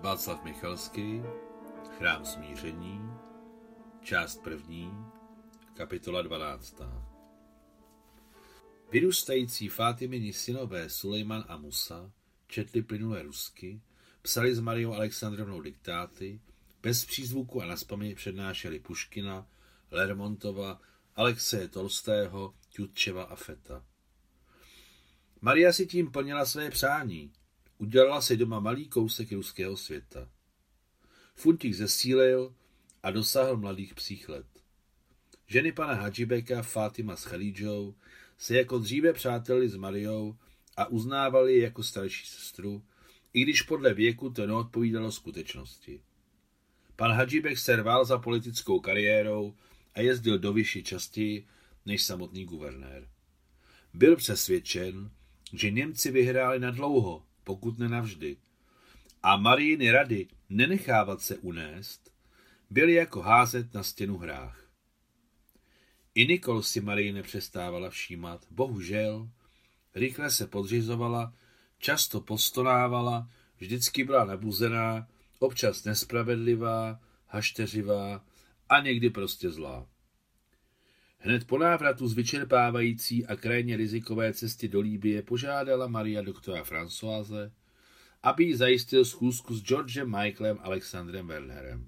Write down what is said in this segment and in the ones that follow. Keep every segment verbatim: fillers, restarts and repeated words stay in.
Václav Michalský, Chrám smíření, část první, kapitola dvanáctá. Vyrůstající Fátimini synové Sulejman a Musa četli plynule rusky, psali s Mariou Alexandrovnou diktáty, bez přízvuku a nazpaměť přednášeli Puškina, Lermontova, Alexeje Tolstého, Tjutčeva a Feta. Maria si tím plnila své přání, udělala si doma malý kousek ruského světa. Funtík zesílil a dosáhl mladých psích let. Ženy pana Hadžibeka, Fátima s Chalídžou, se jako dříve přátelili s Mariou a uznávali ji jako starší sestru, i když podle věku to neodpovídalo skutečnosti. Pan Hadžibek se rval za politickou kariérou a jezdil do Vyši častěji než samotný guvernér. Byl přesvědčen, že Němci vyhráli na dlouho, pokud ne navždy, a Marijiny rady nenechávat se unést byly jako házet na stěnu hrách. I Nikol si Marii nepřestávala všímat, bohužel, rychle se podřizovala, často postonávala, vždycky byla nabuzená, občas nespravedlivá, hašteřivá a někdy prostě zlá. Hned po návratu z vyčerpávající a krajně rizikové cesty do Libye požádala Maria doktora Françoise, aby jí zajistil schůzku s Georgem Michaelem Alexandrem Wernerem.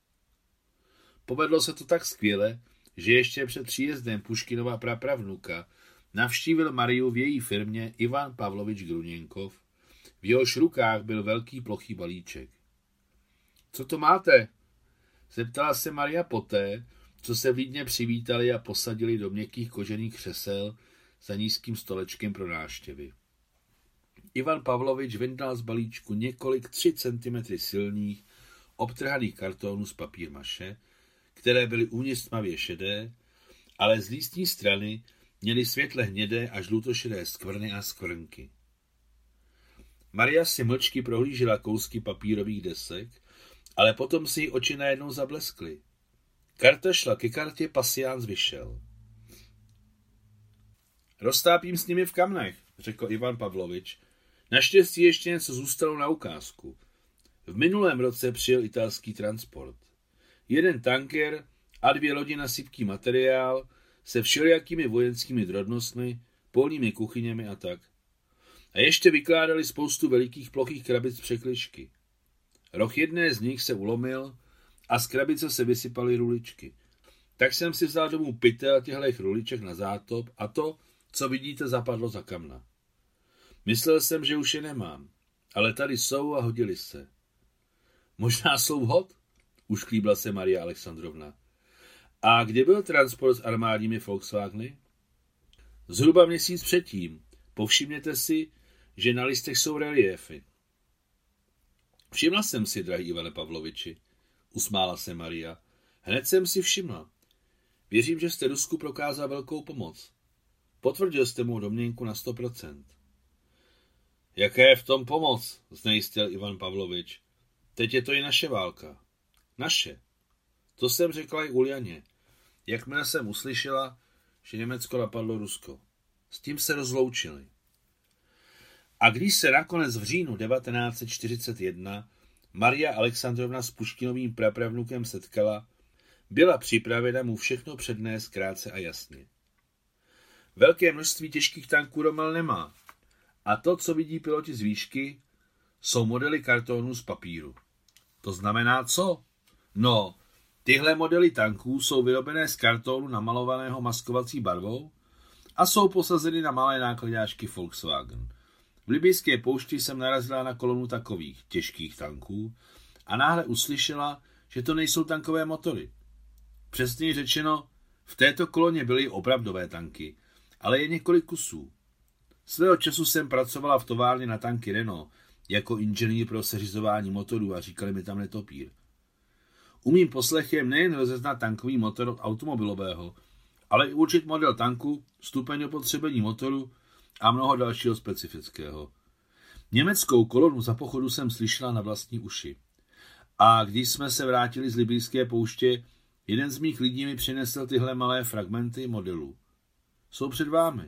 Povedlo se to tak skvěle, že ještě před příjezdem Puškinova prapravnuka navštívil Mariu v její firmě Ivan Pavlovič Gruněnkov, v jehož rukách byl velký plochý balíček. Co to máte? Zeptala se Maria poté, co se vlídně přivítali a posadili do měkkých kožených křesel za nízkým stolečkem pro návštěvy. Ivan Pavlovič vyndal z balíčku několik tři centimetry silných, obtrhaných kartonů z papír maše, které byly uvnitř tmavě šedé, ale z lístní strany měly světle hnědé a žlutošedé skvrny a skvrnky. Maria si mlčky prohlížela kousky papírových desek, ale potom si jí oči najednou zableskly. Karta šla ke kartě, pasiánc vyšel. Roztápím s nimi v kamnech, řekl Ivan Pavlovič. Naštěstí ještě něco zůstalo na ukázku. V minulém roce přijel italský transport. Jeden tanker a dvě lodi na sypký materiál se všelijakými vojenskými drobnostmi, polními kuchyněmi a tak. A ještě vykládali spoustu velikých plochých krabic překližky. Roh jedné z nich se ulomil a z krabice se vysypaly ruličky. Tak jsem si vzal domů pytel těchto ruliček na zátop a to, co vidíte, zapadlo za kamna. Myslel jsem, že už je nemám, ale tady jsou a hodili se. Možná jsou vhod? Ušklíbla se Maria Alexandrovna. A kdy byl transport s armádními Volkswageny? Zhruba měsíc předtím. Povšimněte si, že na listech jsou reliéfy. Všimla jsem si, drahý Ivane Pavloviči, usmála se Maria. Hned jsem si všimla. Věřím, že jste Rusku prokázal velkou pomoc. Potvrdil jste mou domněnku na sto procent. Jaké je v tom pomoc? Znejistil Ivan Pavlovič. Teď je to i naše válka. Naše. To jsem řekla i Uljaně. Jakmile jsem uslyšela, že Německo napadlo Rusko. S tím se rozloučili. A když se nakonec v říjnu devatenáct set čtyřicet jedna Maria Alexandrovna s Puškinovým prapravnukem setkala, byla připravena mu všechno přednést krátce a jasně. Velké množství těžkých tanků Rommel nemá. A to, co vidí piloti z výšky, jsou modely kartonů z papíru. To znamená co? No, tyhle modely tanků jsou vyrobené z kartonu namalovaného maskovací barvou a jsou posazeny na malé nákladáčky Volkswagen. V libyjské poušti jsem narazila na kolonu takových těžkých tanků a náhle uslyšela, že to nejsou tankové motory. Přesněji řečeno, v této koloně byly opravdové tanky, ale je několik kusů. Svého času jsem pracovala v továrně na tanky Renault jako inženýr pro seřizování motorů a říkali mi tam netopír. Umím poslechem nejen rozeznat tankový motor od automobilového, ale i určit model tanku, stupeň opotřebení motoru a mnoho dalšího specifického. Německou kolonu za pochodu jsem slyšela na vlastní uši. A když jsme se vrátili z libyjské pouště, jeden z mých lidí mi přinesl tyhle malé fragmenty modelů. Jsou před vámi.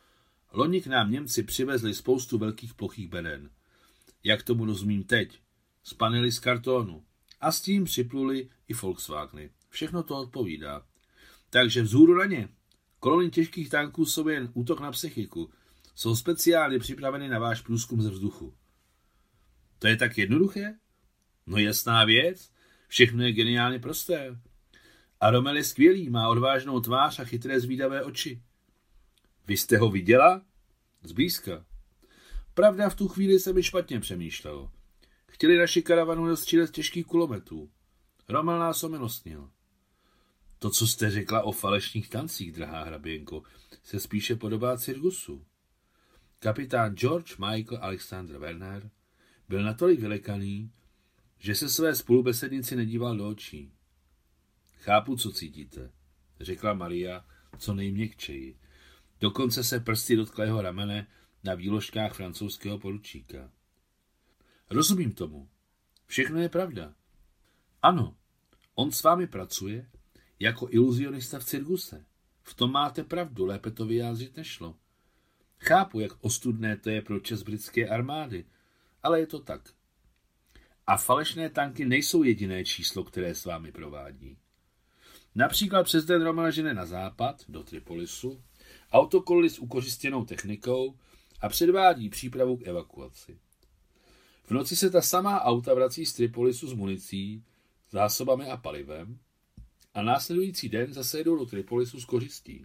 Loni k nám Němci přivezli spoustu velkých plochých beden. Jak tomu rozumím teď? z panely z kartonu a s tím připluli i Volkswageny. Všechno to odpovídá. Takže vzhůru na ně. Kolony těžkých tanků jsou jen útok na psychiku. Jsou speciálně připraveny na váš průzkum ze vzduchu. To je tak jednoduché? No jasná věc. Všechno je geniálně prosté. A Rommel je skvělý, má odvážnou tvář a chytré zvídavé oči. Vy jste ho viděla? Zblízka. Pravda, v tu chvíli se mi špatně přemýšlelo. Chtěli naši karavanu dostřílet z těžkých kulometů. Rommel nás omilostnil. To, co jste řekla o falešných tancích, drahá hraběnko, se spíše podobá cirkusu. Kapitán George Michael Alexander Werner byl natolik vylekaný, že se své spolubesednici nedíval do očí. Chápu, co cítíte, řekla Maria co nejměkčeji. Dokonce se prsty dotkla jeho ramene na výložkách francouzského poručíka. Rozumím tomu. Všechno je pravda. Ano, on s vámi pracuje jako iluzionista v cirkuse. V tom máte pravdu, lépe to vyjádřit nešlo. Chápu, jak ostudné to je pro čest britské armády, ale je to tak. A falešné tanky nejsou jediné číslo, které s vámi provádí. Například přes den Rommel žene na západ, do Tripolisu, autokoly s ukořistěnou technikou a předvádí přípravu k evakuaci. V noci se ta samá auta vrací z Tripolisu s municí, zásobami a palivem a následující den zase jedou do Tripolisu s kořistí.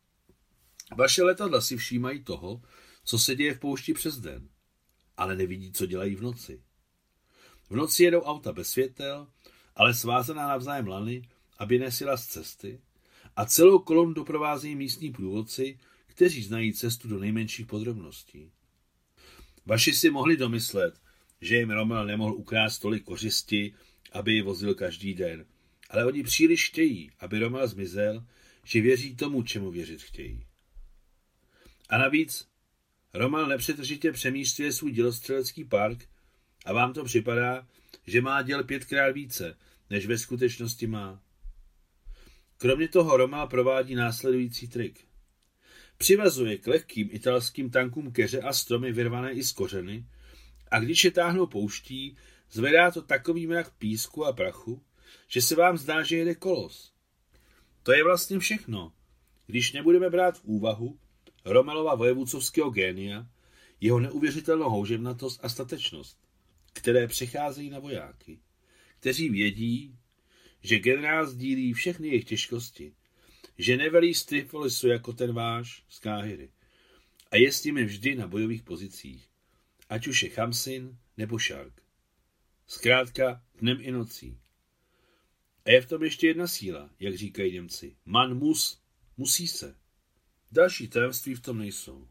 Vaše letadla si všímají toho, co se děje v poušti přes den, ale nevidí, co dělají v noci. V noci jedou auta bez světel, ale svázaná navzájem lany, aby nesila z cesty, a celou kolonu doprovázejí místní průvodci, kteří znají cestu do nejmenších podrobností. Vaši si mohli domyslet, že jim Rommel nemohl ukrást tolik kořisti, aby ji vozil každý den, ale oni příliš chtějí, aby Rommel zmizel, že věří tomu, čemu věřit chtějí. A navíc Rommel nepřetržitě přemísťuje svůj dělostřelecký park a vám to připadá, že má děl pětkrát více, než ve skutečnosti má. Kromě toho Rommel provádí následující trik. Přivazuje k lehkým italským tankům keře a stromy vyrvané i z kořeny a když je táhnou pouští, zvedá to takový mrak písku a prachu, že se vám zdá, že jede kolos. To je vlastně všechno, když nebudeme brát v úvahu Rommelova vojevůdcovského génia, jeho neuvěřitelnou houževnatost a statečnost, které přecházejí na vojáky, kteří vědí, že generál sdílí všechny jejich těžkosti, že nevelí z Tripolisu jako ten váš z Káhiry a je s nimi vždy na bojových pozicích, ať už je Chamsin nebo Shark. Zkrátka dnem i nocí. A je v tom ještě jedna síla, jak říkají Němci. Man mus, musí se. Další tajemství v tom nejsou.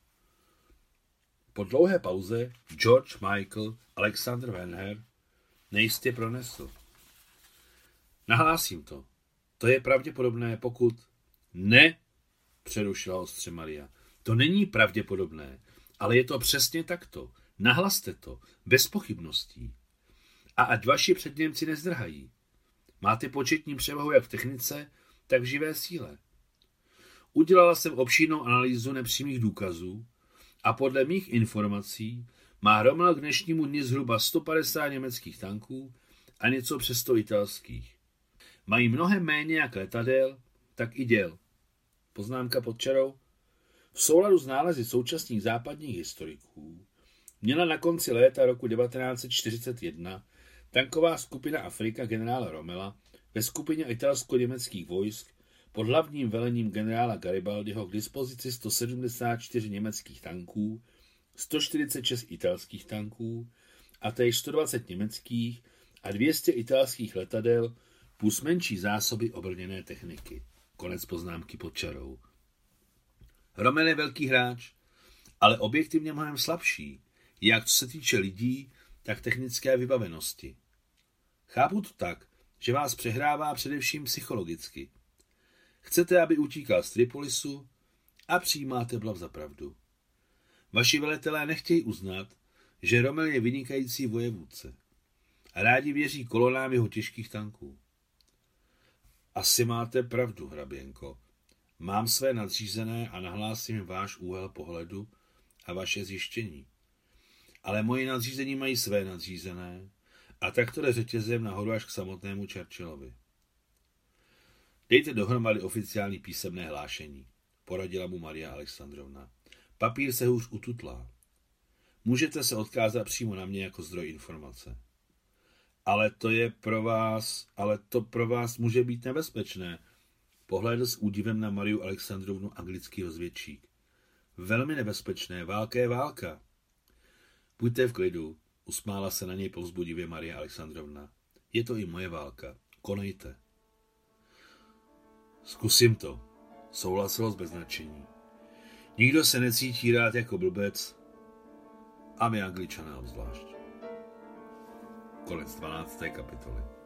Po dlouhé pauze George Michael Alexander Werner nejistě pronesl. Nahlásím to. To je pravděpodobné, pokud... Ne, přerušila ostře Maria. To není pravděpodobné, ale je to přesně takto. Nahlaste to, bez pochybností. A ať vaši před Němci nezdrhají. Máte početní převahu jak v technice, tak v živé síle. Udělala jsem obšírnou analýzu nepřímých důkazů a podle mých informací má Rommel k dnešnímu dni zhruba sto padesát německých tanků a něco přes sto italských. Mají mnohem méně jak letadel, tak i děl. Poznámka pod čarou. V souladu s nálezy současných západních historiků měla na konci léta roku devatenáct set čtyřicet jedna tanková skupina Afrika generála Rommela ve skupině italsko-německých vojsk pod hlavním velením generála Garibaldiho k dispozici sto sedmdesát čtyři německých tanků, sto čtyřicet šest italských tanků a též sto dvacet německých a dvě stě italských letadel plus menší zásoby obrněné techniky. Konec poznámky pod čarou. Rommel je velký hráč, ale objektivně mnohem slabší, jak co se týče lidí, tak technické vybavenosti. Chápu to tak, že vás přehrává především psychologicky. Chcete, aby utíkal z Tripolisu a přijímáte blav za pravdu. Vaši velitelé nechtějí uznat, že Rommel je vynikající vojevůdce a rádi věří kolonám jeho těžkých tanků. Asi máte pravdu, hraběnko. Mám své nadřízené a nahlásím váš úhel pohledu a vaše zjištění. Ale moji nadřízení mají své nadřízené A tak to jde řetězem nahoru až k samotnému Churchillovi. Dejte dohromady oficiální písemné hlášení, poradila mu Maria Alexandrovna. Papír se hůř ututlá. Můžete se odkázat přímo na mě jako zdroj informace. Ale to je pro vás, ale to pro vás může být nebezpečné. Pohlédl s údivem na Mariu Alexandrovnu anglický rozvědčík. Velmi nebezpečné, válka je válka. Buďte v klidu, usmála se na něj povzbudivě Maria Alexandrovna. Je to i moje válka, konejte. Zkusím to, souhlasilo s beznačení. Nikdo se necítí rád jako blbec, a my Angličané obzvlášť. Konec dvanácté kapitoly.